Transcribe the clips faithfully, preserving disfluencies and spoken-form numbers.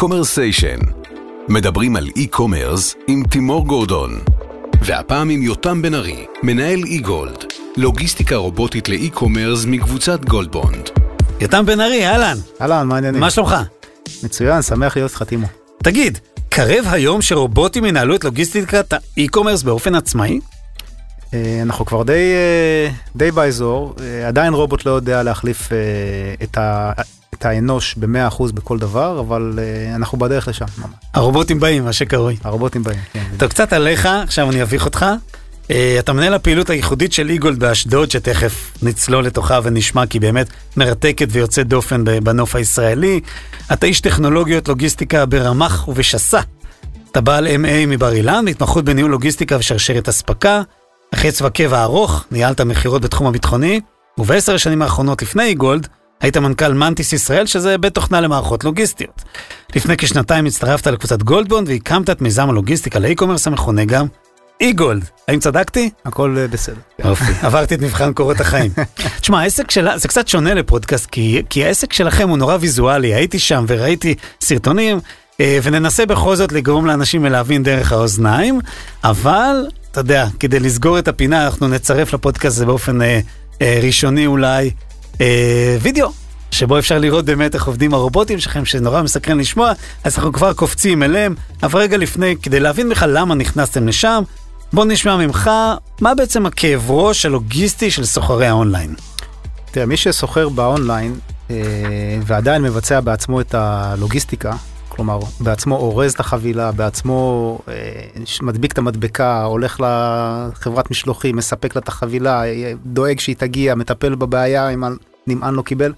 קומרסיישן. מדברים על אי-קומרס עם תימור גורדון. והפעם עם יותם בן ארי, מנהל אי-גולד. לוגיסטיקה רובוטית לאי-קומרס מקבוצת גולדבונד. יותם בן ארי, אהלן. אהלן, מה העניינים? מה שלומך? מצוין, שמח להיות חתימו. תגיד, קרב היום שרובוטים ינהלו את לוגיסטיקת האי-קומרס באופן עצמאי? אנחנו כבר די, די באזור, עדיין רובוט לא יודע להחליף את, ה, את האנוש ב-מאה אחוז בכל דבר, אבל אנחנו בדרך לשם. הרובוטים באים, מה שקרוי. הרובוטים באים, כן. טוב, קצת עליך, עכשיו אני אביך אותך. אתה מנהל הפעילות הייחודית של אי-גולד באשדוד, שתכף נצלול לתוכה ונשמע, כי באמת מרתקת ויוצאת דופן בנוף הישראלי. אתה איש טכנולוגיות לוגיסטיקה ברמ"ח ובשסה. אתה בעל אם איי מבר אילן, התמחות בניהול לוגיסטיקה ושרשרת אספקה. אחרי צבא קבע ארוך, ניהלת מחירות בתחום הביטחוני, ובעשר השנים האחרונות לפני אי-גולד, היית מנכ"ל מנטיס ישראל, שזה בית תוכנה למערכות לוגיסטיות. לפני כשנתיים הצטרפת לקבוצת גולדבונד, והקמת את מיזם הלוגיסטיקה לאי-קומרס המכונה גם אי-גולד. האם צדקתי? הכל בסדר. אופי, עברתי את מבחן קורות החיים. תשמע, העסק שלה, זה קצת שונה לפודקאסט, כי, כי העסק שלכם הוא נורא ויזואלי, הייתי שם וראיתי סרטונים, וננסה בכל זאת לגרום לאנשים להבין דרך האוזניים, אבל, אתה יודע, כדי לסגור את הפינה, אנחנו נצרף לפודקאסט הזה באופן אה, אה, ראשוני אולי, אה, וידאו, שבו אפשר לראות באמת איך עובדים הרובוטים שלכם, שנורא מסקרן לשמוע, אז אנחנו כבר קופצים אליהם, אבל רגע לפני, כדי להבין בכלל למה נכנסתם לשם, בוא נשמע ממך, מה בעצם הכאב ראש הלוגיסטי של סוחרי האונליין? תראה, מי שסוחר באונליין, אה, ועדיין מבצע בעצמו את הלוגיסטיקה, כלומר, בעצמו אורז את החבילה, בעצמו אה, מדביק את המדבקה, הולך לחברת משלוחים, מספק לה את החבילה, דואג שהיא תגיע, מטפל בבעיה, אם נמען לא קיבל.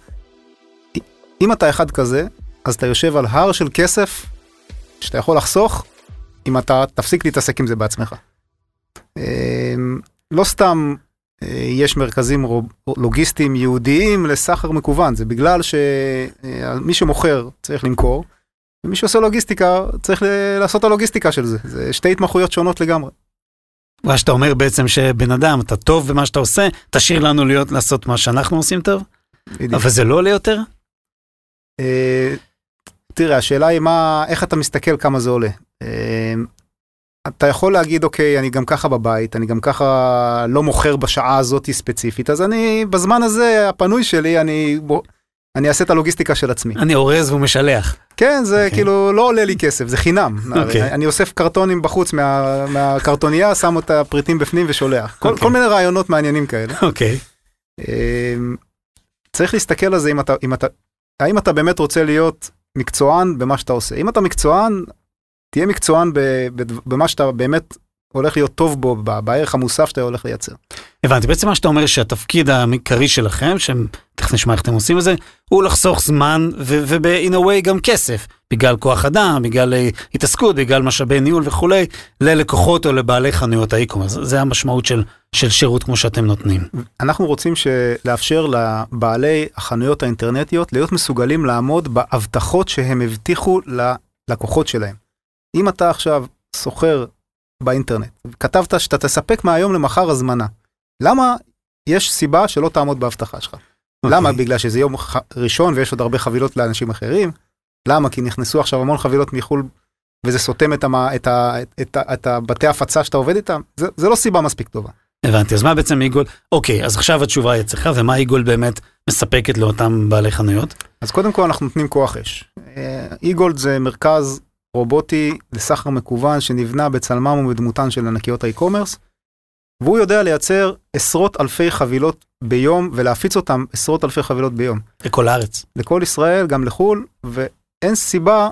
אם אתה אחד כזה, אז אתה יושב על הר של כסף, שאתה יכול לחסוך, אם אתה תפסיק להתעסק עם זה בעצמך. אה, לא סתם אה, יש מרכזים לוגיסטיים יהודיים לסחר מקוון, זה בגלל שמי שמוכר צריך למכור, ומי שעושה לוגיסטיקה, צריך לעשות את הלוגיסטיקה של זה. זה שתי התמחויות שונות לגמרי. מה שאתה אומר בעצם שבן אדם, אתה טוב במה שאתה עושה, תשאיר לנו להיות לעשות מה שאנחנו עושים טוב? בדיוק. אבל זה לא עולה יותר? אה, תראה, השאלה היא מה, איך אתה מסתכל כמה זה עולה. אה, אתה יכול להגיד, אוקיי, אני גם ככה בבית, אני גם ככה לא מוכר בשעה הזאת ספציפית, אז אני, בזמן הזה, הפנוי שלי, אני... אני אעשה את הלוגיסטיקה של עצמי. אני אורז ומשלח. כן, זה okay. כאילו לא עולה לי כסף, זה חינם. Okay. אני אוסף קרטונים בחוץ מה, מהקרטוניה, שם את הפריטים בפנים ושולח. כל, okay. כל מיני רעיונות מעניינים כאלה. אוקיי. Okay. צריך להסתכל על זה, אם אתה, אם אתה, האם אתה באמת רוצה להיות מקצוען במה שאתה עושה. אם אתה מקצוען, תהיה מקצוען במה שאתה באמת הולך להיות טוב בו, בערך המוסף שאתה הולך לייצר. הבנתי, בעצם מה שאתה אומר שהתפקיד המקרי שלכם, שתכף נשמע איך אתם עושים את זה, הוא לחסוך זמן וב-in a way גם כסף, בגלל כוח אדם, בגלל התעסקות, בגלל משאבי ניהול וכולי, ללקוחות או לבעלי חנויות האי-קומרס. זה המשמעות של, של שירות כמו שאתם נותנים. אנחנו רוצים לאפשר לבעלי החנויות האינטרנטיות להיות מסוגלים לעמוד בהבטחות שהם הבטיחו ללקוחות שלהם. אם אתה עכשיו סוחר באינטרנט, כתבת שאתה תספק מהיום למחר הזמנה. למה יש סיבה שלא תעמוד בהבטחה שלך? Okay. למה? בגלל שזה יום ראשון ויש עוד הרבה חבילות לאנשים אחרים. למה? כי נכנסו עכשיו המון חבילות מחול, וזה סותם את, המה, את, ה, את, ה, את הבתי הפצה שאתה עובד איתם. זה, זה לא סיבה מספיק טובה. הבנתי, אז מה בעצם אי-גולד? אוקיי, אז עכשיו התשובה היא אצלך, ומה אי-גולד באמת מספקת לאותם בעלי חנויות? אז קודם כל אנחנו נותנים כוח אש. אי-גולד זה מרכז רובוטי לסחר מקוון שנבנה בצלמם ובדמותן של ענקיות האי-קומרס, והוא יודע לייצר עשרות אלפי חבילות ביום, ולהפיץ אותם עשרות אלפי חבילות ביום. לכל הארץ. לכל ישראל, גם לחול, ואין סיבה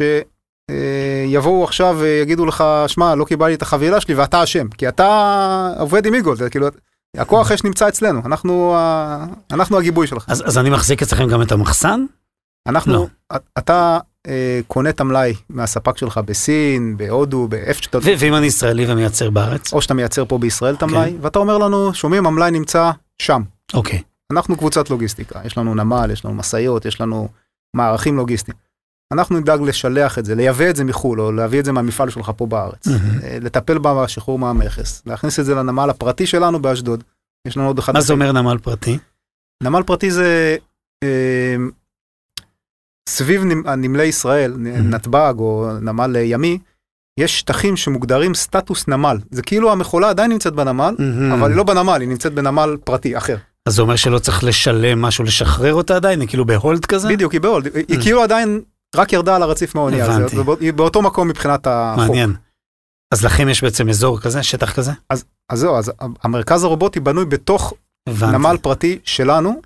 שיבואו עכשיו ויגידו לך, שמע, לא קיבלתי את החבילה שלי, ואתה אשם, כי אתה עובד עם אי-גולד, כאילו, הכוח אש נמצא אצלנו, אנחנו, אנחנו הגיבוי שלך. אז, אז אני מחזיק אצלכם גם את המחסן? אנחנו, לא. אתה אה, קונה את המלאי מהספק שלך בסין, בהודו, באיפה שאתה... ו- ואם אני ישראלי ומייצר בארץ? או שאתה מייצר פה בישראל את המלאי, okay. ואתה אומר לנו, שומעים, המלאי נמצא שם. אוקיי. Okay. אנחנו קבוצת לוגיסטיקה, יש לנו נמל, יש לנו מסעיות, יש לנו מערכים לוגיסטיים. אנחנו נדאג לשלח את זה, לייבא את זה מחול, או להביא את זה מהמפעל שלך פה בארץ. Mm-hmm. לטפל בשחרור מהמכס, להכניס את זה לנמל הפרטי שלנו באשדוד. יש לנו עוד אחד... מה זה אומר נמל פרטי? נמל פרטי זה... סביב נמלי ישראל, נתב"ג או נמל ימי, יש שטחים שמוגדרים סטטוס נמל. זה כאילו המכולה עדיין נמצאת בנמל, אבל היא לא בנמל, היא נמצאת בנמל פרטי אחר. אז זה אומר שלא צריך לשלם משהו, לשחרר אותה עדיין? היא כאילו בהולד כזה? בדיוק, היא בהולד. היא כאילו עדיין רק ירדה על הרציף מהאונייה. היא באותו מקום מבחינת החוק. מעניין. אז לכם יש בעצם אזור כזה, שטח כזה? אז זהו, אז המרכז הרובוטי בנוי בתוך נמל פרטי שלנו,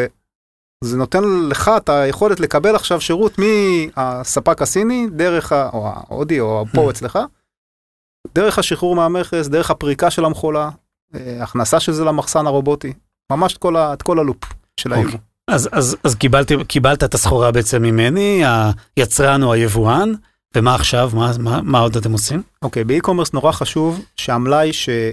וזה נותן לך את היכולת לקבל עכשיו שירות מהספק הסיני, דרך, או ההודי, או פה אצלך, דרך השחרור מהמכס, דרך הפריקה של המכולה, הכנסה של זה למחסן הרובוטי, ממש את כל, ה, את כל הלופ של היבוא. אז, אז, אז קיבלת, קיבלת את הסחורה בעצם ממני, היצרן או היבואן, ומה עכשיו? מה, מה, מה עוד אתם עושים? אוקיי, באי-קומרס נורא חשוב שהמלאי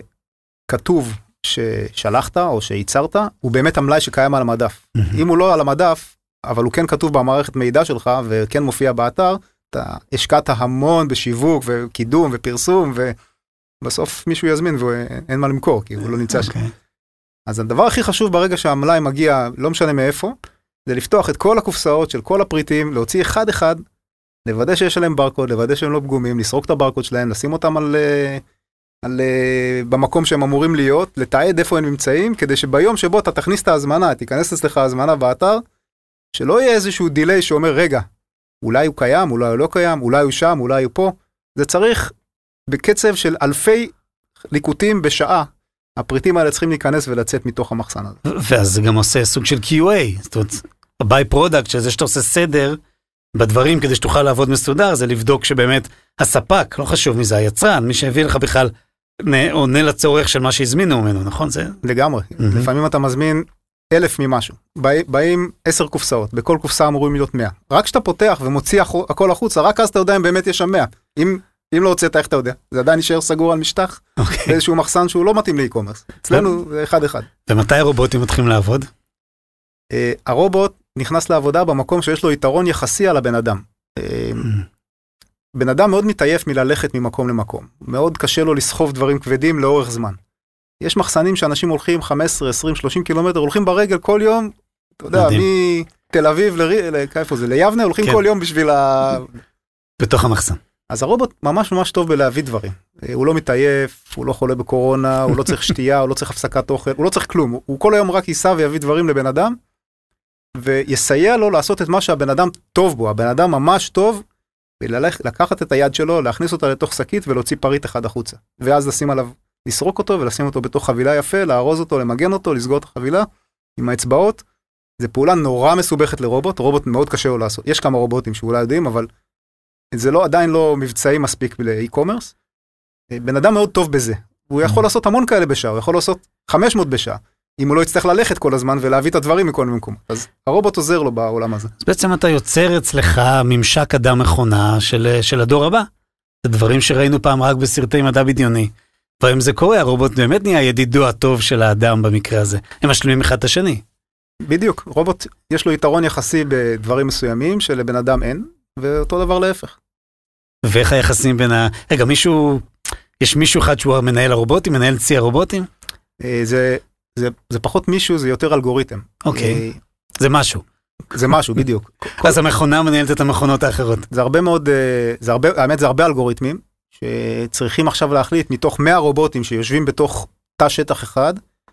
שכתוב ששלחת או שייצרת, הוא באמת המלאי שקיים על המדף. Mm-hmm. אם הוא לא על המדף, אבל הוא כן כתוב במערכת מידע שלך, וכן מופיע באתר, אתה השקעת המון בשיווק וקידום ופרסום, ובסוף מישהו יזמין ואין מה למכור, כי הוא לא נמצא שם. Okay. אז הדבר הכי חשוב ברגע שהמלאי מגיע, לא משנה מאיפה, זה לפתוח את כל הקופסאות של כל הפריטים, להוציא אחד אחד, לוודא שיש עליהם ברקוד, לוודא שהם לא פגומים, לסרוק את הברקוד שלהם, לשים אותם על, על, במקום שהם אמורים להיות, לתעד איפה הם נמצאים, כדי שביום שבו אתה תכניס את ההזמנה, תיכנס אצלך ההזמנה באתר, שלא יהיה איזשהו דילי שאומר, רגע, אולי הוא קיים, אולי הוא לא קיים, אולי הוא שם, אולי הוא פה. זה צריך בקצב של אלפי ליקוטים בשעה, הפריטים האלה צריכים להיכנס ולצאת מתוך המחסן הזה. ואז זה גם עושה סוג של קיו איי, זאת אומרת, ה-by product, שזה שאתה עושה סדר בדברים כדי שתוכל לעבוד מסודר, זה לבדוק שבאמת הספק, לא חשוב מי זה היצרן, מי שהביא לך בכלל עונה לצורך של מה שהזמינו ממנו, נכון? זה לגמרי. Mm-hmm. לפעמים אתה מזמין אלף ממשהו. באים עשר קופסאות, בכל קופסה אמורים להיות מאה. רק כשאתה פותח ומוציא הכל החוצה, רק אז אתה יודע אם באמת יש שם מאה. אם, אם לא הוצאת, איך אתה יודע? זה עדיין נשאר סגור על משטח, okay. באיזשהו מחסן שהוא לא מתאים לאי-קומרס. אצלנו זה אחד אחד. ומתי הרובוטים מתחילים לעבוד? Uh, הרובוט נכנס לעבודה במקום שיש לו יתרון יחסי על הבן אדם. Uh, בן אדם מאוד מתעייף מללכת ממקום למקום. מאוד קשה לו לסחוב דברים כבדים לאורך זמן. יש מחסנים שאנשים הולכים חמש עשרה, עשרים, שלושים קילומטר, הולכים ברגל כל יום, אתה יודע, מתל אביב, איפה זה, ליבנה, הולכים כל יום בשביל ה... בתוך המחסן. אז הרובוט ממש ממש טוב בלהביא דברים. הוא לא מתעייף, הוא לא חולה בקורונה, הוא לא צריך שתייה, הוא לא צריך הפסקת אוכל, הוא לא צריך כלום. הוא כל היום רק ייסע ויביא דברים לבן אדם, ויסייע לו לעשות את מה שהבן אדם טוב בו. הבן אדם ממש טוב, לקחת את היד שלו, להכניס אותה לתוך שקית ולהוציא פריט אחד החוצה. ואז לשים עליו, לסרוק אותו ולשים אותו בתוך חבילה יפה, לארוז אותו, למגן אותו, לסגור את החבילה עם האצבעות. זה פעולה נורא מסובכת לרובוט, רובוט מאוד קשה לו לעשות. יש כמה רובוטים שאולי יודעים, אבל זה לא, עדיין לא מבצעי מספיק לאי-קומרס. בן אדם מאוד טוב בזה. הוא יכול לעשות המון כאלה בשעה, הוא יכול לעשות חמש מאות בשעה, אם הוא לא יצטרך ללכת כל הזמן ולהביא את הדברים מכל מקום. אז הרובוט עוזר לו בעולם הזה. אז בעצם אתה יוצר אצלך ממשק אדם מכונה של, של הדור הבא. זה דברים שראינו פעם רק בסרטי מדע בדיוני. ואם זה קורה, הרובוט באמת נהיה ידידו הטוב של האדם במקרה הזה. הם משלימים אחד את השני. בדיוק. רובוט יש לו יתרון יחסי בדברים מסוימים שלבן אדם אין, ואותו דבר להפך. ואיך היחסים בין ה... רגע, מישהו... יש מישהו אחד שהוא מנהל הרובוטים, מנהל צי הרובוטים? זה, זה, זה פחות מישהו, זה יותר אלגוריתם. אוקיי. זה משהו. זה משהו, בדיוק. אז המכונה מנהלת את המכונות האחרות. זה הרבה מאוד, זה הרבה, האמת זה הרבה אלגוריתמים, שצריכים עכשיו להחליט מתוך מאה רובוטים שיושבים בתוך תא שטח אחד,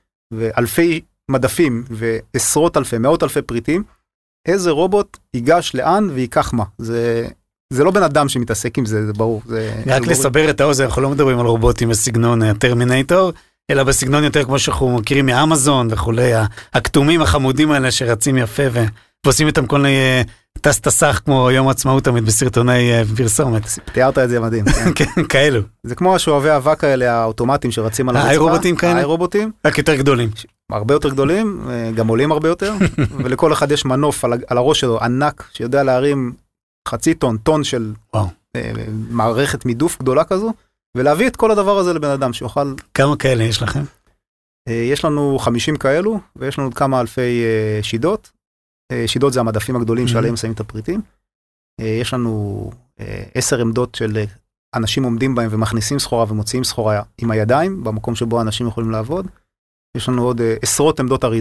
ואלפי מדפים ועשרות אלפי, מאות אלפי פריטים, איזה רובוט ייגש לאן ויקח מה. זה... זה לא בן אדם שמתעסק עם זה, זה ברור. רק לסבר את האוזן, אנחנו לא מדברים על רובוטים בסגנון הטרמינטור, אלא בסגנון יותר כמו שאנחנו מכירים מאמזון וכולי, הכתומים החמודים האלה שרצים יפה ועושים איתם כל מיני טס טסח כמו יום עצמאות תמיד בסרטוני פרסומת. תיארת את זה מדהים. כן, כאלו. זה כמו השואבי אבק האלה, האוטומטים שרצים על הרצפה. האירובוטים כאלה? האירובוטים. רק יותר גדולים. הרבה יותר גדולים, גם עולים הרבה יותר, ולכל אחד יש מנוף על הראש שלו, ענק, שיודע להרים חצי טון, טון של אה, מערכת מידוף גדולה כזו, ולהביא את כל הדבר הזה לבן אדם שיוכל... כמה כאלה יש לכם? אה, יש לנו חמישים כאלו, ויש לנו כמה אלפי אה, שידות. אה, שידות זה המדפים הגדולים mm-hmm. שעליהם שמים את הפריטים. אה, יש לנו אה, עשר עמדות של אה, אנשים עומדים בהם ומכניסים סחורה ומוציאים סחורה עם הידיים, במקום שבו אנשים יכולים לעבוד. יש לנו עוד אה, עשרות עמדות אריזה,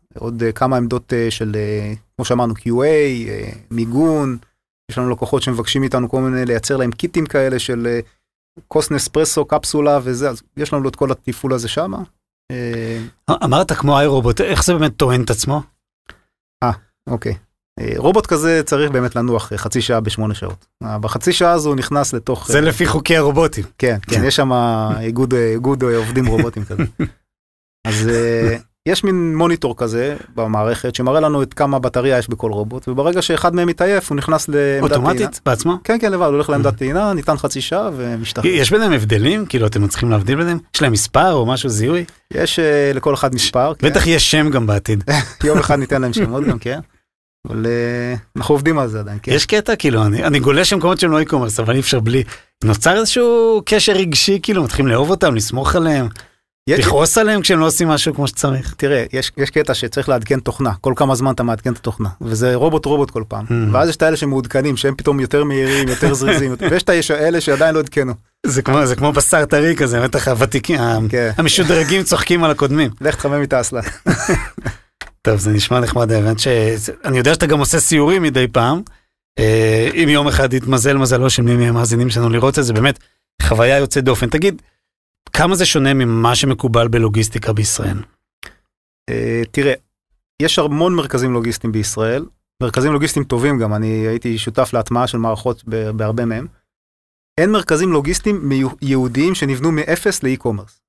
עוד כמה עמדות של, כמו שאמרנו, קיו איי, מיגון, יש לנו לקוחות שמבקשים איתנו כל מיני לייצר להם קיטים כאלה של כוס נספרסו, קפסולה וזה, אז יש לנו את כל הטיפול הזה שם. אמרת כמו איי רובוט, איך זה באמת טוען את עצמו? אה, אוקיי. רובוט כזה צריך באמת לנוח חצי שעה בשמונה שעות. בחצי שעה הזו הוא נכנס לתוך... זה לפי חוקי הרובוטים. כן, כן, יש שם איגוד, איגוד עובדים רובוטים כזה. אז יש מין מוניטור כזה במערכת שמראה לנו את כמה בטריה יש בכל רובוט, וברגע שאחד מהם מתעייף הוא נכנס לעמדת טעינה. אוטומטית בעצמו? כן, כן, לבד, הוא הולך לעמדת טעינה, ניתן חצי שעה ומשתחרר. יש ביניהם הבדלים? כאילו אתם צריכים להבדיל ביניהם? יש להם מספר או משהו זיהוי? יש לכל אחד מספר. בטח יש שם גם בעתיד. יום אחד ניתן להם שמות גם, כן. אבל אנחנו עובדים על זה עדיין, כן. יש קטע, כאילו, אני, אני גולש למקומות שהם לא אי-קומרס, אבל אי אפשר בלי. נוצר איזשהו קשר רגשי, כאילו, מתחילים לאהוב אותם, לסמוך עליהם, לכעוס עליהם כשהם לא עושים משהו כמו שצריך. תראה, יש, יש קטע שצריך לעדכן תוכנה, כל כמה זמן אתה מעדכן את התוכנה, וזה רובוט רובוט כל פעם. ואז יש את האלה שמעודכנים, שהם פתאום יותר מהירים, יותר זריזים, ויש את האלה שעדיין לא עדכנו. זה כמו, זה כמו בשר טרי כזה, בטח הוותיקים, המשודרגים צוחקים על הקודמים. לך תחמם איתה אסלה. טוב, זה נשמע נחמד, אני יודע שאתה גם עושה סיורים מדי פעם, אם יום אחד יתמזל מזלו של מי מהמאזינים שלנו לראות את זה, באמת חוויה יוצאת דופן. תגיד, כמה זה שונה ממה שמקובל בלוגיסטיקה בישראל? תראה, יש המון מרכזים לוגיסטיים בישראל, מרכזים לוגיסטיים טובים גם, אני הייתי שותף להטמעה של מערכות בהרבה מהם. אין מרכזים לוגיסטיים יהודיים שנבנו מאפס לאי-קומרס.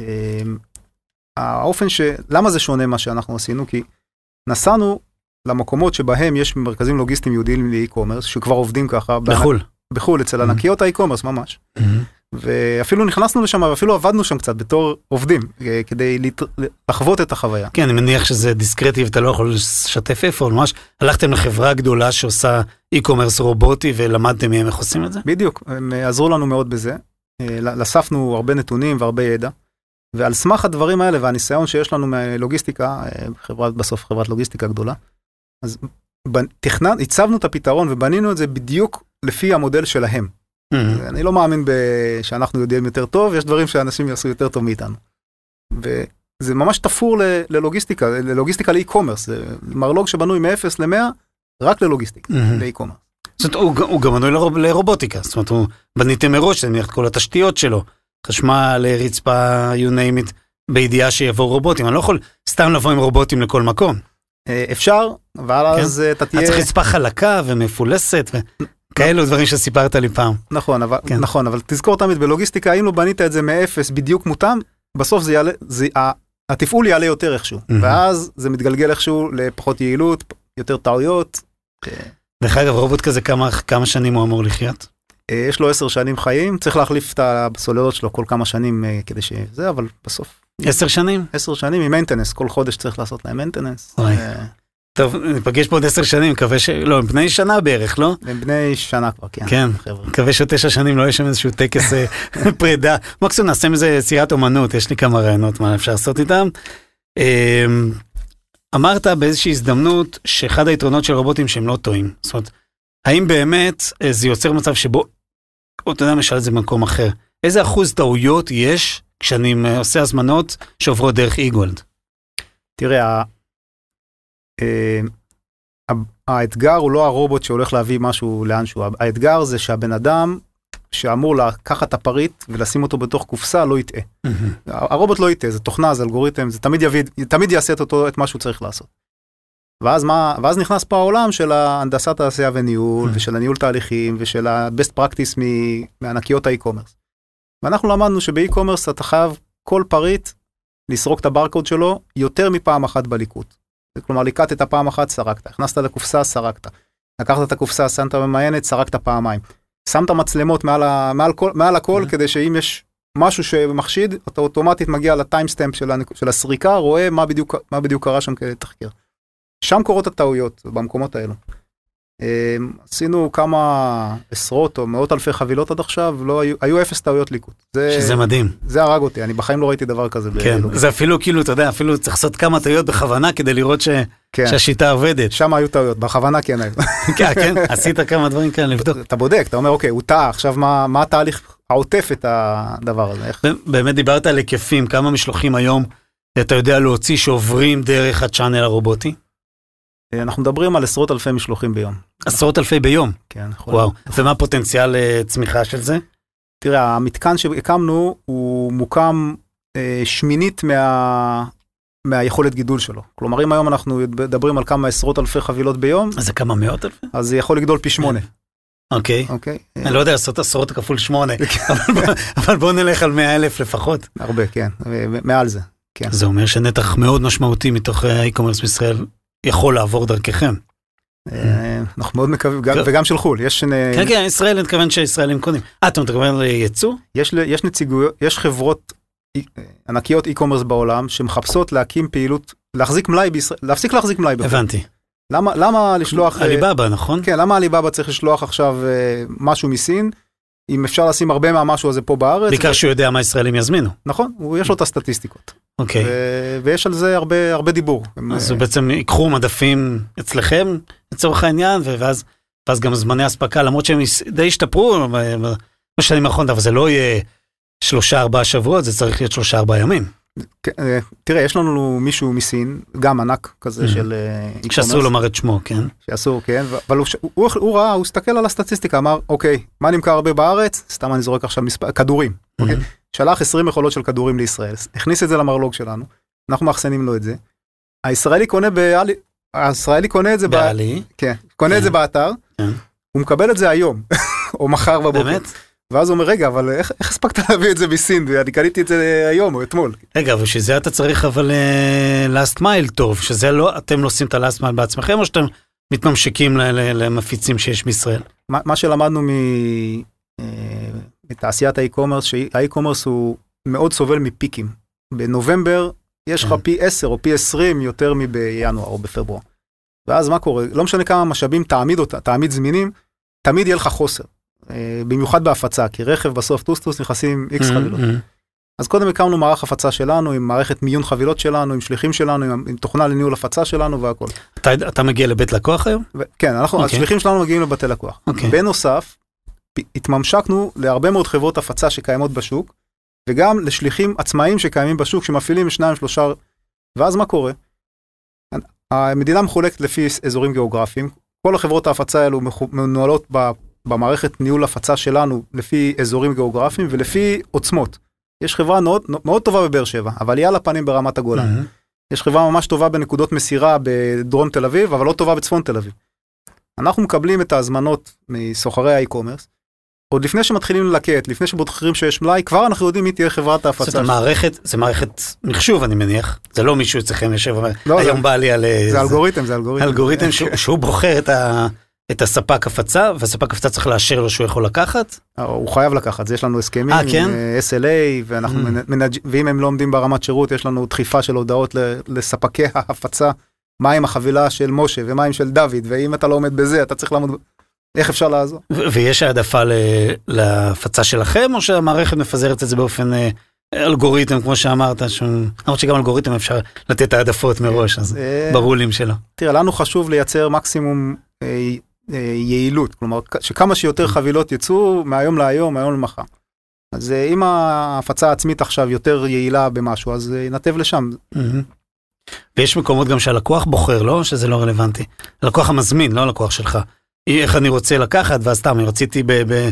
האופן ש... למה זה שונה מה שאנחנו עשינו? כי נסענו למקומות שבהם יש מרכזים לוגיסטיים יהודיים לאי-קומרס, שכבר עובדים ככה. בחול. בחול, אצל ענקיות האי-קומרס ממש. ואפילו נכנסנו לשם, ואפילו עבדנו שם קצת בתור עובדים, כדי לחוות את החוויה. כן, אני מניח שזה דיסקרטי, ואתה לא יכול לשתף איפה, ממש הלכתם לחברה גדולה שעושה אי-קומרס רובוטי, ולמדתם מהם איך עושים את זה? בדיוק, הם עזרו לנו מאוד בזה. לספנו הרבה נתונים והרבה ידע. ועל סמך הדברים האלה והניסיון שיש לנו מלוגיסטיקה, חברת, בסוף חברת לוגיסטיקה גדולה, אז תכנן, הצבנו את הפתרון ובנינו את זה בדיוק לפי המודל שלהם. Mm-hmm. אני לא מאמין שאנחנו יודעים יותר טוב, יש דברים שאנשים יעשו יותר טוב מאיתנו. וזה ממש תפור ללוגיסטיקה, ללוגיסטיקה לאי-קומרס, זה מרלוג שבנוי מ-אפס ל-מאה, רק ללוגיסטיקה, mm-hmm. לאי-קומרס. זאת אומרת, הוא, הוא גם בנוי לרוב, לרובוטיקה, זאת אומרת, הוא בניתם מראש, אני את כל התשתיות שלו, חשמל, רצפה, you name it, בידיעה שיבואו רובוטים. אני לא יכול סתם לבוא עם רובוטים לכל מקום. אפשר, אבל אז אתה תהיה... אתה צריך רצפה חלקה ומפולסת, וכאלו דברים שסיפרת לי פעם. נכון, אבל, נכון, אבל תזכור תמיד, בלוגיסטיקה, אם לא בנית את זה מאפס בדיוק מותם, בסוף זה יעלה, זה, התפעול יעלה יותר איכשהו, ואז זה מתגלגל איכשהו לפחות יעילות, יותר טעויות. דרך אגב, רובוט כזה, כמה, כמה שנים הוא אמור לחיות? יש לו עשר שנים חיים, צריך להחליף את הסוללות שלו כל כמה שנים כדי שזה, אבל בסוף. עשר שנים? עשר שנים עם מנטנס, כל חודש צריך לעשות להם מנטנס. טוב, נפגש פה עוד עשר שנים, מקווה ש... לא, הם בני שנה בערך, לא? הם בני שנה כבר, כן. כן, מקווה שעוד תשע שנים לא יש שם איזשהו טקס פרידה. מקסימום נעשה מזה סירת אומנות, יש לי כמה רעיונות מה אפשר לעשות איתם. אמרת באיזושהי הזדמנות שאחד היתרונות של רובוטים שהם לא טועים. זאת אומרת, האם באמת זה יוצר מצב שבו, או אתה יודע, משל את זה במקום אחר, איזה אחוז טעויות יש כשאני עושה הזמנות שעוברות דרך אי-גולד? תראה, האתגר הוא לא הרובוט שהולך להביא משהו לאנשהו, האתגר זה שהבן אדם שאמור לקחת את הפריט ולשים אותו בתוך קופסה לא יטעה. הרובוט לא יטעה, זה תוכנה, זה אלגוריתם, זה תמיד יביא, תמיד יעשה את אותו, את מה שהוא צריך לעשות. ואז מה, ואז נכנס פה העולם של ההנדסת תעשייה וניהול, ושל הניהול תהליכים, ושל ה-best practice מענקיות האי-קומרס. ואנחנו למדנו שבאי-קומרס אתה חייב כל פריט לסרוק את הברקוד שלו יותר מפעם אחת בליקוט. כלומר, ליקטת את הפעם אחת, סרקת. הכנסת לקופסה, סרקת. לקחת את הקופסה, שמת במעיינת, סרקת פעמיים. שמת מצלמות מעל, ה, מעל, כל, מעל הכל, כדי שאם יש משהו שמחשיד, אתה אוטומטית מגיע לטיימסטמפ של, של הסריקה, רואה מה בדיוק, מה בדיוק קרה שם כדי לתחקר. שם קורות הטעויות, במקומות האלו. עשינו כמה עשרות או מאות אלפי חבילות עד עכשיו, לא היו, היו אפס טעויות ליקוט. זה, שזה מדהים. זה הרג אותי, אני בחיים לא ראיתי דבר כזה. כן, זה אפילו כאילו, אתה יודע, אפילו צריך לעשות כמה טעויות בכוונה, כדי לראות ש... כן. שהשיטה עובדת. שם היו טעויות, בכוונה כן היו. כן, כן, עשית כמה דברים כאלה לבדוק. אתה בודק, אתה אומר, אוקיי, הוא טעה, עכשיו מה, מה התהליך העוטף את הדבר הזה? איך? באמת דיברת על היקפים, כמה משלוחים היום אתה יודע להוציא שעוברים דרך הצ'אנל הרובוטי? אנחנו מדברים על עשרות אלפי משלוחים ביום. עשרות אלפי ביום? כן. וואו. ומה הפוטנציאל צמיחה של זה? תראה, המתקן שהקמנו הוא מוקם שמינית מה... מהיכולת גידול שלו. כלומר, אם היום אנחנו מדברים על כמה עשרות אלפי חבילות ביום, אז זה כמה מאות אלפי? אז זה יכול לגדול פי שמונה. אוקיי. אוקיי. אני לא יודע, לעשות עשרות כפול שמונה, אבל בואו נלך על מאה אלף לפחות. הרבה, כן. מעל זה. זה אומר שנתח מאוד משמעותי מתוך האי-קומרס בישראל יכול לעבור דרככם. אנחנו מאוד מקווים, וגם של חול. כן, כן, ישראל, אני מתכוון שישראלים קונים. אה, אתה מתכוון לייצוא? יש נציגויות, יש חברות ענקיות אי-קומרס בעולם שמחפשות להקים פעילות, להחזיק מלאי בישראל, להפסיק להחזיק מלאי. הבנתי. למה, למה לשלוח... עליבאבא, נכון? כן, למה עליבאבא צריך לשלוח עכשיו משהו מסין, אם אפשר לשים הרבה מהמשהו הזה פה בארץ? בעיקר שהוא יודע מה ישראלים יזמינו. נכון, יש לו את הסטטיסטיקות. אוקיי. ויש על זה הרבה, הרבה דיבור. אז בעצם ייקחו מדפים אצלכם, לצורך העניין, ואז, ואז גם זמני הספקה, למרות שהם די השתפרו בשנים האחרונות, אבל זה לא יהיה שלושה, ארבעה שבועות, זה צריך להיות שלושה, ארבעה ימים. תראה, יש לנו מישהו מסין, גם ענק כזה של אי-קומרס. שאסור לומר את שמו, כן? שאסור, כן, אבל הוא ראה, הוא הסתכל על הסטטיסטיקה, אמר, אוקיי, מה נמכר הרבה בארץ? סתם אני זורק עכשיו מספר, כדורים, אוקיי? שלח עשרים מכולות של כדורים לישראל, הכניס את זה למרלוג שלנו, אנחנו מאחסנים לו את זה. הישראלי קונה בעלי, הישראלי קונה את זה בעלי, כן, קונה את זה באתר, הוא מקבל את זה היום, או מחר בבוקר. באמת? ואז הוא אומר, רגע, אבל איך, איך הספקת להביא את זה מסין? ואני קניתי את זה היום או אתמול. רגע, אבל שזה אתה צריך אבל last mile טוב, שזה לא, אתם לא עושים את ה-last mile בעצמכם, או שאתם מתממשקים למפיצים שיש בישראל? מה, מה שלמדנו מתעשיית האי-קומרס, שהאי-קומרס הוא מאוד סובל מפיקים. בנובמבר יש לך פי עשר או פי עשרים יותר מבינואר או בפברואר. ואז מה קורה? לא משנה כמה משאבים תעמיד אותה, תעמיד זמינים, תמיד יהיה לך חוסר. במיוחד בהפצה, כי רכב בסוף טוסטוס נכנסים איקס חבילות. אז קודם הקמנו מערך הפצה שלנו, עם מערכת מיון חבילות שלנו, עם שליחים שלנו, עם תוכנה לניהול הפצה שלנו והכל. אתה מגיע לבית לקוח היום? כן, אנחנו, השליחים שלנו מגיעים לבתי לקוח. בנוסף, התממשקנו להרבה מאוד חברות הפצה שקיימות בשוק, וגם לשליחים עצמאיים שקיימים בשוק, שמפעילים שניים, שלושה, ואז מה קורה? המדינה מחולקת לפי אזורים גיאוגרפיים, כל החברות ההפצה האלו מנוהלות במערכת ניהול הפצה שלנו לפי אזורים גיאוגרפיים ולפי עוצמות. יש חברה מאוד, מאוד טובה בבאר שבע, אבל היא על הפנים ברמת הגולן. Mm-hmm. יש חברה ממש טובה בנקודות מסירה בדרום תל אביב, אבל לא טובה בצפון תל אביב. אנחנו מקבלים את ההזמנות מסוחרי האי-קומרס, עוד לפני שמתחילים ללקט, לפני שבוחרים שיש מלאי, כבר אנחנו יודעים מי תהיה חברת ההפצה. זאת מערכת, זה מערכת מחשוב, אני מניח. זה לא מישהו אצלכם יושב, היום בא לי על... זה אלגוריתם, זה אלגוריתם. אלגוריתם שהוא בוחר את ה... את הספק הפצה, והספק הפצה צריך לאשר לו שהוא יכול לקחת? הוא חייב לקחת, זה יש לנו הסכמים, 아, כן? אס אל איי, ואנחנו mm. מנג... ואם הם לא עומדים ברמת שירות, יש לנו דחיפה של הודעות לספקי ההפצה, מה עם החבילה של משה, ומה עם של דוד, ואם אתה לא עומד בזה, אתה צריך לעמוד, איך אפשר לעזור? ויש העדפה להפצה שלכם, או שהמערכת מפזרת את זה באופן אלגוריתם, כמו שאמרת, למרות שגם אלגוריתם אפשר לתת העדפות מראש, אז ברולים שלו. תראה, לנו חשוב לייצר מקסימום יעילות, כלומר, שכמה שיותר חבילות יצאו מהיום להיום, מהיום למחר. אז אם ההפצה העצמית עכשיו יותר יעילה במשהו, אז נתב לשם. ויש מקומות גם שהלקוח בוחר, לא? שזה לא רלוונטי. הלקוח המזמין, לא הלקוח שלך. איך אני רוצה לקחת, ואז סתם, רציתי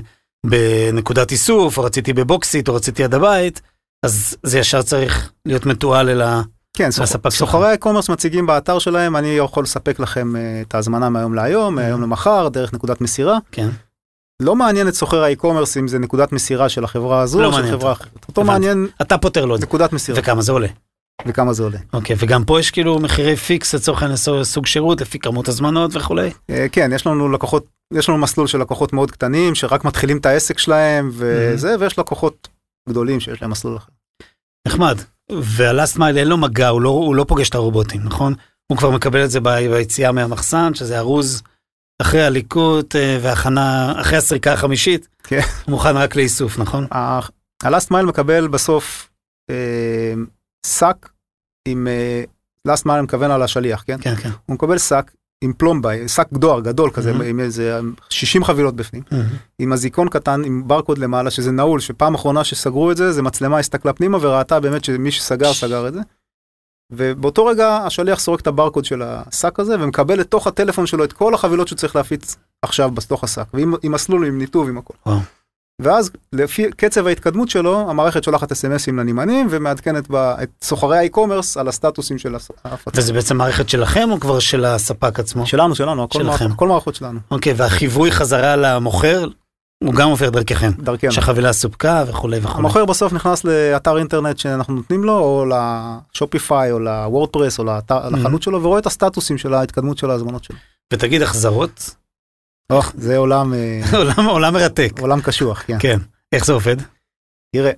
בנקודת איסוף, או רציתי בבוקסית, או רציתי עד הבית, אז זה ישר צריך להיות מתועל אל ה... כן, סוחרי האי-קומרס מציגים באתר שלהם, אני יכול לספק לכם את ההזמנה מהיום להיום, מהיום למחר, דרך נקודת מסירה. כן. לא מעניין את סוחר האי-קומרס אם זה נקודת מסירה של החברה הזו, או של חברה אחרת. אותו מעניין... אתה פותר לו נקודת מסירה. וכמה זה עולה. וכמה זה עולה. אוקיי, וגם פה יש כאילו מחירי פיקס לצורך סוג שירות, לפי כמות הזמנות וכולי. כן, יש לנו לקוחות, יש לנו מסלול של לקוחות מאוד קטנים, שרק מתחילים את העסק שלהם, וזה, ויש לקוחות גדולים שיש להם מסלול אחר. נחמד. והלאסט מייל אין לו מגע, הוא לא, הוא לא פוגש את הרובוטים, נכון? הוא כבר מקבל את זה ביציאה מהמחסן, שזה ארוז אחרי הליקוט והכנה, אחרי הסריקה החמישית, כן. הוא מוכן רק לאיסוף, נכון? הלאסט מייל מקבל בסוף אה, שק עם, אה, לאסט מייל מכוון על השליח, כן? כן, כן. הוא מקבל שק עם פלומביי, שק דואר גדול כזה, mm-hmm. עם איזה שישים חבילות בפנים, mm-hmm. עם הזיקון קטן, עם ברקוד למעלה, שזה נעול, שפעם אחרונה שסגרו את זה, זה מצלמה הסתכלה פנימה, וראתה באמת שמי שסגר, סגר את זה. ובאותו רגע השליח סורק את הברקוד של השק הזה, ומקבל לתוך הטלפון שלו את כל החבילות שהוא צריך להפיץ עכשיו בתוך השק, ועם עם מסלול, עם ניתוב, עם הכל. וואו. ואז לפי קצב ההתקדמות שלו, המערכת שולחת אס-אם-אסים לנמענים, ומעדכנת בה את סוחרי האי-קומרס על הסטטוסים של ההפצה. וזה בעצם מערכת שלכם, או כבר של הספק עצמו? שלנו, שלנו, הכל מערכות, הכל מערכות שלנו. אוקיי, והחיווי חזרה למוכר, הוא גם עובר דרככם. דרכנו. שהחבילה סופקה וכו' וכו'. המוכר בסוף נכנס לאתר אינטרנט שאנחנו נותנים לו, או לשופיפיי, או לוורדפרס, או לחנות שלו, ורואה את הסטטוסים של ההתקדמות של ההזמנות שלו. ותגיד, החזרות? אוח, זה עולם... עולם, עולם מרתק. עולם קשוח, כן. כן. איך זה עובד? תראה,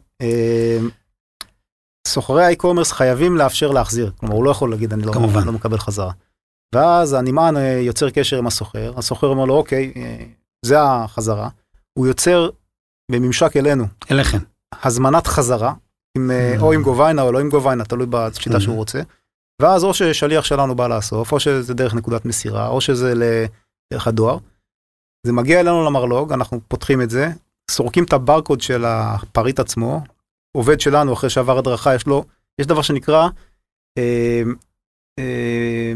סוחרי האי-קומרס חייבים לאפשר להחזיר. כלומר, הוא לא יכול להגיד, אני לא, לא מקבל חזרה. ואז הנמען יוצר קשר עם הסוחר. הסוחר אומר לו, אוקיי, זה החזרה. הוא יוצר בממשק אלינו. אליכם. הזמנת חזרה, עם, או עם גוביינה או לא עם גוביינה, תלוי בשיטה שהוא רוצה. ואז או ששליח שלנו בא לאסוף, או שזה דרך נקודת מסירה, או שזה לדרך הדואר. זה מגיע אלינו למרלוג, אנחנו פותחים את זה, סורקים את הברקוד של הפריט עצמו, עובד שלנו אחרי שעבר הדרכה, יש לו, יש דבר שנקרא, אה, אה,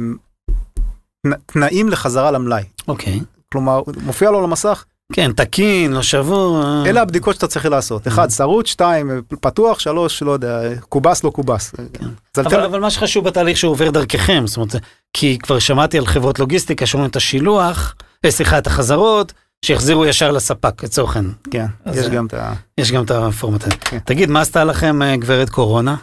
תנאים לחזרה למלאי. אוקיי. כלומר, מופיע לו למסך. כן, תקין, לא שבוע. אלה הבדיקות שאתה צריך לעשות. אחד, שרוט, שתיים, פתוח, שלוש, לא יודע, קובס, לא קובס. אבל מה שחשוב בתהליך שהוא עובר דרככם, זאת אומרת, כי כבר שמעתי על חברות לוגיסטיקה, שאומרים את השילוח, סליחה, את החזרות, שיחזירו ישר לספק, לצורכן. כן, יש גם את ה... יש גם את הפורמט הזה. תגיד, מה עשתה לכם גברת קורונה?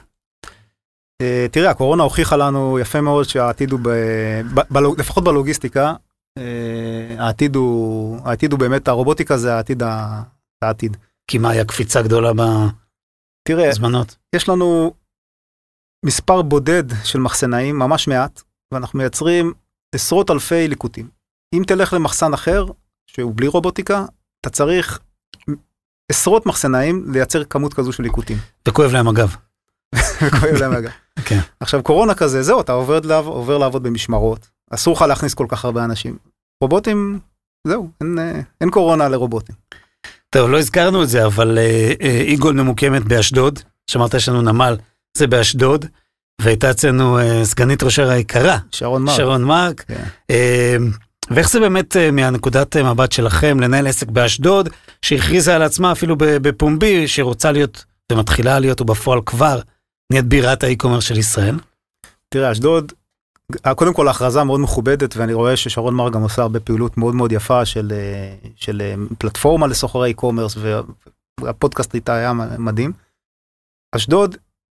תראה, הקורונה הוכיחה לנו יפה מאוד שהעתיד הוא, לפחות בלוגיסטיקה, העתיד הוא, העתיד הוא באמת, הרובוטיקה זה העתיד, העתיד. כי מה היה קפיצה גדולה בזמנות? תראה, יש לנו מספר בודד של מחסנאים, ממש מעט, ואנחנו מייצרים עשרות אלפי ליקוטים. אם תלך למחסן אחר, שהוא בלי רובוטיקה, אתה צריך עשרות מחסנאים לייצר כמות כזו של ליקוטים. וכואב להם אגב. וכואב להם אגב. כן. עכשיו, קורונה כזה, זהו, אתה עובר, עובר לעבוד במשמרות. אסור לך להכניס כל כך הרבה אנשים. רובוטים, זהו, אין, אין קורונה לרובוטים. טוב, לא הזכרנו את זה, אבל איגול ממוקמת באשדוד, שאמרת יש לנו נמל, זה באשדוד, והייתה אצלנו סגנית ראש העיר היקרה. שרון מרק. שרון מרק. כן. ואיך זה באמת מהנקודת מבט שלכם לנהל עסק באשדוד, שהכריזה על עצמה אפילו בפומבי, שרוצה להיות ומתחילה להיות ובפועל כבר נהיית בירת האי-קומרס של ישראל? תראה, אשדוד, קודם כל ההכרזה מאוד מכובדת, ואני רואה ששרון מרק גם עושה הרבה פעילות מאוד מאוד יפה של, של פלטפורמה לסוחרי אי-קומרס, והפודקאסט איתה היה מדהים. אשדוד,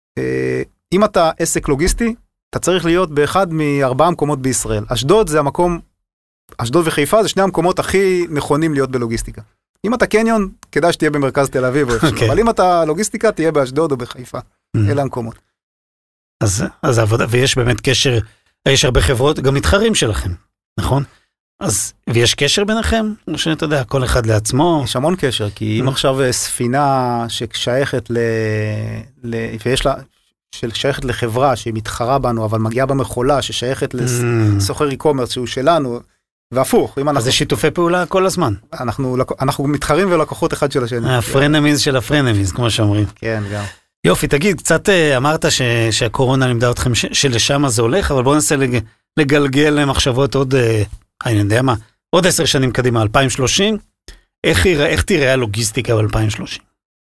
אם אתה עסק לוגיסטי, אתה צריך להיות באחד מארבעה מקומות בישראל. אשדוד זה המקום, אשדוד וחיפה זה שני המקומות הכי נכונים להיות בלוגיסטיקה. אם אתה קניון, כדאי שתהיה במרכז תל אביב, okay. אבל אם אתה לוגיסטיקה, תהיה באשדוד או בחיפה. Mm-hmm. אלה המקומות. אז, אז העבודה, ויש באמת קשר, יש הרבה חברות, גם מתחרים שלכם, נכון? אז, ויש קשר ביניכם? או שאתה יודע, כל אחד לעצמו? יש המון קשר, כי אם עכשיו ספינה ששייכת ל... ל... ויש לה... ששייכת לחברה שהיא מתחרה בנו, אבל מגיעה במחולה, ששייכת לסוחר אי-קומרס שהוא שלנו, והפוך. אז אנחנו... זה שיתופי פעולה כל הזמן. אנחנו, אנחנו מתחרים ולקוחות אחד של השני. הפרנמיז של הפרנמיז, כמו שאומרים. כן, גם. יופי, תגיד, קצת אמרת ש... שהקורונה לימדה אתכם ש... שלשם זה הולך, אבל בואו ננסה לג... לגלגל למחשבות עוד, אני יודע מה, עוד עשר שנים קדימה, אלפיים ושלושים, איך, ירא... איך תראה הלוגיסטיקה ב-אלפיים ושלושים?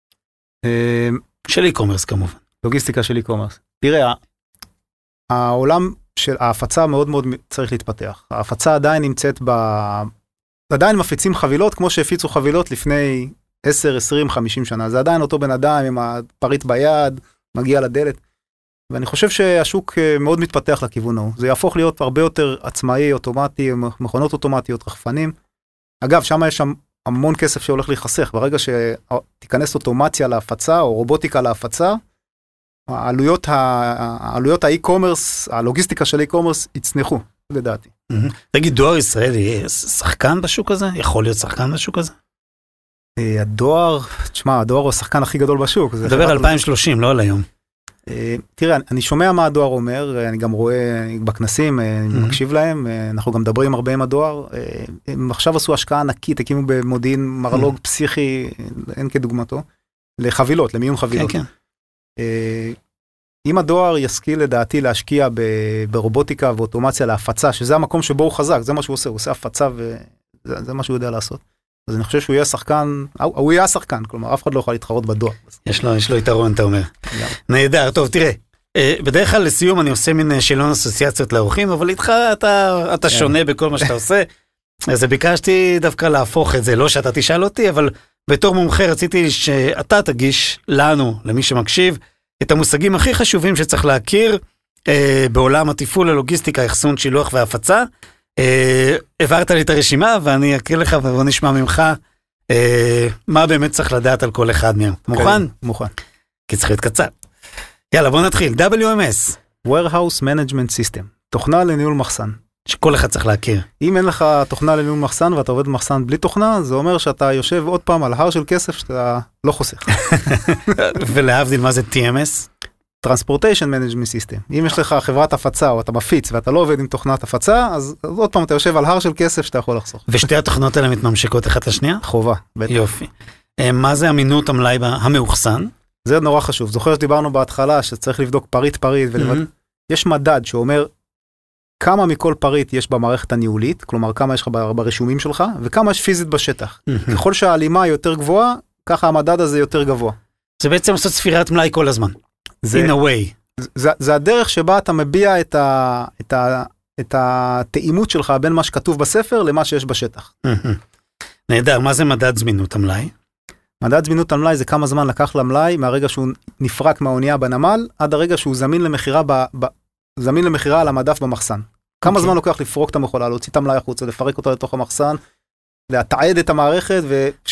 של אי-קומרס כמובן. לוגיסטיקה של אי-קומרס. תראה, העולם של ההפצה מאוד מאוד צריך להתפתח. ההפצה עדיין נמצאת ב... עדיין מפיצים חבילות כמו שהפיצו חבילות לפני עשר, עשרים, חמישים שנה. זה עדיין אותו בן אדם עם הפריט ביד, מגיע לדלת. ואני חושב שהשוק מאוד מתפתח לכיוון ההוא. זה יהפוך להיות הרבה יותר עצמאי, אוטומטי, מכונות אוטומטיות, רחפנים. אגב, שם יש שם המון כסף שהולך להיחסך. ברגע שתיכנס אוטומציה להפצה או רובוטיקה להפצה, העלויות, העלויות האי-קומרס, הלוגיסטיקה של אי-קומרס יצנחו, לדעתי. תגיד, דואר ישראלי, שחקן בשוק הזה? יכול להיות שחקן בשוק הזה? הדואר, תשמע, הדואר הוא השחקן הכי גדול בשוק. מדבר על אלפיים ושלושים, לא על היום. תראה, אני שומע מה הדואר אומר, אני גם רואה בכנסים, אני מקשיב להם, אנחנו גם מדברים הרבה עם הדואר, הם עכשיו עשו השקעה ענקית, הקימו במודיעין מרלוג פסיכי, אין כדוגמתו, לחבילות, למיון חבילות. כן, כן. אם הדואר ישכיל לדעתי להשקיע ברובוטיקה ואוטומציה להפצה, שזה המקום שבו הוא חזק, זה מה שהוא עושה, הוא עושה הפצה וזה מה שהוא יודע לעשות. אז אני חושב שהוא יהיה שחקן, הוא יהיה שחקן, כלומר, אף אחד לא יכול להתחרות בדואר. יש לו, יש לו יתרון, אתה אומר. נהדר, טוב, תראה, בדרך כלל לסיום אני עושה מין שאלון אסוציאציות לאורחים, אבל איתך אתה, אתה שונה בכל מה שאתה עושה. אז ביקשתי דווקא להפוך את זה, לא שאתה תשאל אותי, אבל בתור מומחה רציתי שאתה תגיש לנו, למי שמקשיב, את המושגים הכי חשובים שצריך להכיר אה, בעולם התפעול, הלוגיסטיקה, אחסון, שילוח והפצה. אה, העברת לי את הרשימה ואני אקריא לך ובוא נשמע ממך אה, מה באמת צריך לדעת על כל אחד מהם. מוכן? מוכן. כי צריך להיות קצר. יאללה, בוא נתחיל. דאבליו אם אס. Warehouse Management System. תוכנה לניהול מחסן. שכל אחד צריך להכיר. אם אין לך תוכנה לניהול מחסן ואתה עובד במחסן בלי תוכנה, זה אומר שאתה יושב עוד פעם על הר של כסף שאתה לא חוסך. ולהבדיל, מה זה טי אם אס? Transportation Management System. אם יש לך חברת הפצה או אתה מפיץ ואתה לא עובד עם תוכנת הפצה, אז עוד פעם אתה יושב על הר של כסף שאתה יכול לחסוך. ושתי התוכנות האלה מתממשקות אחת לשנייה? חובה. יופי. מה זה אמינות המלאי המאוחסן? זה נורא חשוב. זוכר שדיברנו בהתחלה שצריך לבדוק פריט פריט ולבד... יש מדד שאומר כמה מכל פריט יש במערכת הניהולית, כלומר כמה יש לך ברשומים שלך, וכמה יש פיזית בשטח. ככל שההלימה יותר גבוהה, ככה המדד הזה יותר גבוה. זה בעצם לעשות ספירת מלאי כל הזמן. זה, in a way. זה, זה הדרך שבה אתה מביע את, ה, את, ה, את התאימות שלך בין מה שכתוב בספר למה שיש בשטח. נהדר, מה זה מדד זמינות המלאי? מדד זמינות המלאי זה כמה זמן לקח למלאי, מהרגע שהוא נפרק מהאונייה בנמל, עד הרגע שהוא זמין למחירה ב... ב זמין למחירה על המדף במחסן. כמה זמן לוקח לפרוק את המכולה, להוציא את המלאי החוצה, לפרק אותו לתוך המחסן, להתעד את המערכת,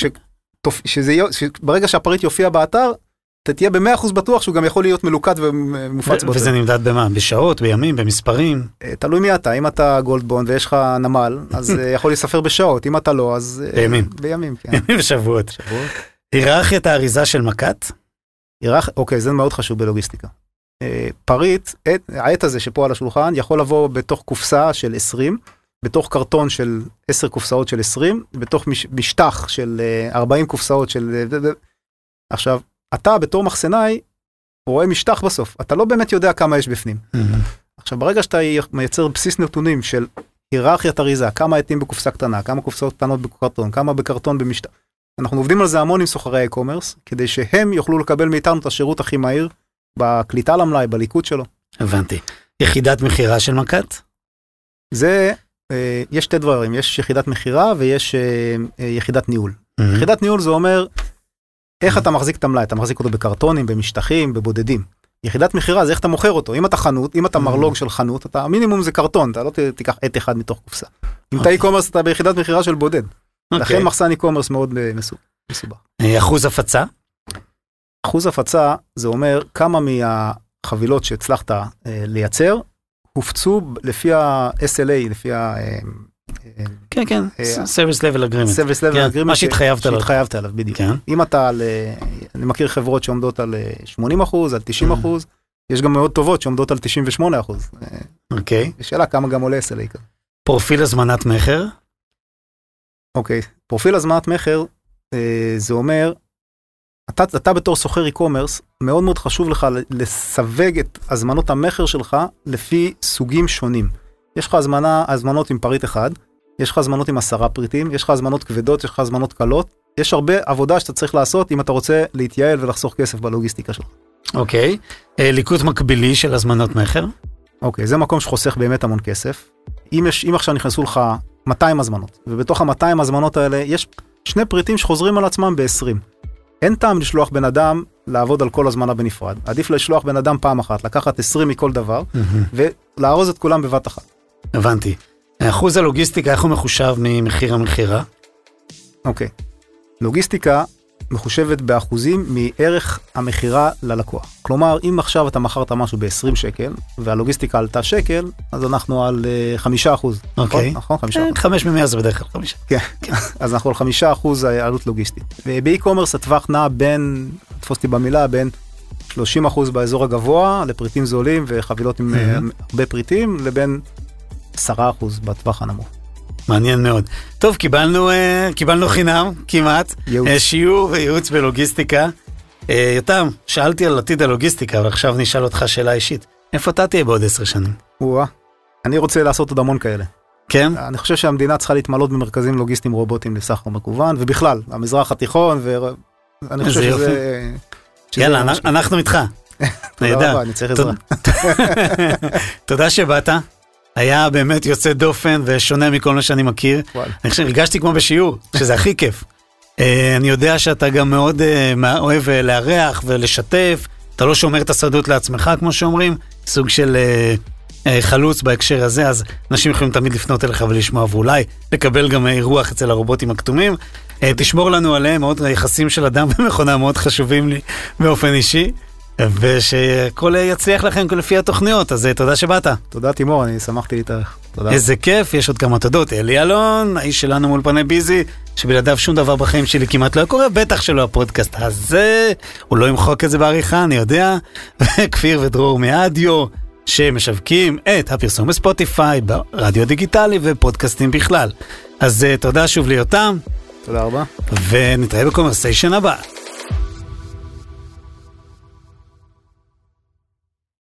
וברגע שהפריט יופיע באתר, אתה תהיה ב-מאה אחוז בטוח שהוא גם יכול להיות מלוקד ומופץ בו. וזה נמדד במה? בשעות, בימים, במספרים? תלוי מי אתה. אם אתה גולדבונד ויש לך נמל, אז יכול להיספר בשעות. אם אתה לא, אז... בימים. בימים, כן. ימים ושבועות. היררכיית האריזה של מקט? אוקיי, זה מאוד חשוב בלוגיסטיקה. פריט, העט הזה שפה על השולחן, יכול לבוא בתוך קופסה של עשרים, בתוך קרטון של עשר קופסאות של עשרים, בתוך משטח של ארבעים קופסאות של... עכשיו, אתה בתור מחסנאי, רואה משטח בסוף, אתה לא באמת יודע כמה יש בפנים. עכשיו, ברגע שאתה מייצר בסיס נתונים של היררכיית אריזה, כמה עטים בקופסה קטנה, כמה קופסאות קטנות בקרטון, כמה בקרטון במשטח, אנחנו עובדים על זה המון עם סוחרי e-commerce, כדי שהם יוכלו לקבל מאיתנו את השירות הכי מהיר, בקליטה למלאי, בליקוד שלו. הבנתי. יחידת מחירה של מקט? זה, אה, יש שתי דברים, יש יחידת מחירה ויש אה, אה, יחידת ניהול. Mm-hmm. יחידת ניהול זה אומר, איך mm-hmm. אתה מחזיק את המלאי, אתה מחזיק אותו בקרטונים, במשטחים, בבודדים. יחידת מחירה זה איך אתה מוכר אותו. אם אתה חנות, אם אתה mm-hmm. מרלוג של חנות, אתה, המינימום זה קרטון, אתה לא תיקח עט אחד מתוך קופסה. אם okay. אתה e-commerce, אתה ביחידת מחירה של בודד. Okay. לכן מחסן e-commerce מאוד מסובך. אחוז הפצה? אחוז הפצה זה אומר כמה מהחבילות שהצלחת אה, לייצר, הופצו לפי ה-אס אל איי, לפי ה... כן, כן, Service Level Agreement. Service Level Agreement. מה שהתחייבת עליו. שהתחייבת עליו, בדיוק. אם אתה על... אני מכיר חברות שעומדות על שמונים אחוז, על תשעים אחוז, יש גם מאוד טובות שעומדות על תשעים ושמונה אחוז. אוקיי. שאלה כמה גם עולה אס אל איי כזה. פרופיל הזמנת מחר? אוקיי. פרופיל הזמנת מחר, זה אומר... אתה, אתה בתור סוחר e-commerce, מאוד מאוד חשוב לך לסווג את הזמנות המחר שלך לפי סוגים שונים. יש לך הזמנה, הזמנות עם פריט אחד, יש לך הזמנות עם עשרה פריטים, יש לך הזמנות כבדות, יש לך הזמנות קלות. יש הרבה עבודה שאתה צריך לעשות אם אתה רוצה להתייעל ולחסוך כסף בלוגיסטיקה שלך. אוקיי. ליקוד מקבילי של הזמנות מחר? אוקיי, זה מקום שחוסך באמת המון כסף. אם, יש, אם עכשיו נכנסו לך מאתיים הזמנות, ובתוך ה-מאתיים הזמנות האלה יש שני פריטים שחוזרים על עצמם ב-עשרים. אין טעם לשלוח בן אדם לעבוד על כל הזמנה בנפרד. עדיף לשלוח בן אדם פעם אחת, לקחת עשרים מכל דבר, ולארוז את כולם בבת אחת. הבנתי. אחוז הלוגיסטיקה, איך הוא מחושב ממחיר המחירה? אוקיי. לוגיסטיקה מחושבת באחוזים מערך המחירה ללקוח. כלומר, אם עכשיו אתה מכרת משהו ב-עשרים שקל, והלוגיסטיקה עלתה שקל, אז אנחנו על חמישה אחוז. אוקיי. נכון? חמישה אחוז. חמש ממאה זה בדרך כלל חמישה. כן. אז אנחנו על חמישה אחוז עלות לוגיסטית. וב-e-commerce הטווח נע בין, תפוסתי במילה, בין שלושים אחוז באזור הגבוה, לפריטים זולים וחבילות עם הרבה פריטים, לבין עשרה אחוז בטווח הנמוך. מעניין מאוד. טוב, קיבלנו, קיבלנו חינם, כמעט, ייעוץ. שיעור וייעוץ בלוגיסטיקה. יותם, שאלתי על עתיד הלוגיסטיקה, ועכשיו נשאל אותך שאלה אישית. איפה אתה תהיה בעוד עשר שנים? וואה, אני רוצה לעשות עוד המון כאלה. כן? אני חושב שהמדינה צריכה להתמלות במרכזים לוגיסטיים רובוטיים לסחר מקוון, ובכלל, המזרח התיכון, ואני חושב שזה... יאללה, אנחנו איתך. תודה רבה, אני צריך עזרה. תודה שבאת. היה באמת יוצא דופן ושונה מכל מה שאני מכיר. אני חושב, הרגשתי כמו בשיעור, שזה הכי כיף. אני יודע שאתה גם מאוד אוהב לארח ולשתף, אתה לא שומר את הסודות לעצמך, כמו שאומרים, סוג של חלוץ בהקשר הזה, אז אנשים יכולים תמיד לפנות אליך ולשמוע, ואולי לקבל גם רוח אצל הרובוטים הכתומים. תשמור לנו עליהם, עוד היחסים של אדם ומכונה מאוד חשובים לי באופן אישי, ושכל יצליח לכם לפי התוכניות, אז תודה שבאת. תודה תימור, אני שמחתי להתארח. איזה כיף, יש עוד כמה תודות. אלי אלון, האיש שלנו מול פני ביזי, שבלעדיו שום דבר בחיים שלי כמעט לא קורה, בטח שלא הפודקאסט הזה, הוא לא ימחוק את זה בעריכה, אני יודע, וכפיר ודרור מאדיו, שמשווקים את הפרסום בספוטיפיי, ברדיו דיגיטלי ופודקאסטים בכלל. אז תודה שוב ליותם. תודה רבה. ונתראה בקונברסיישן הבא.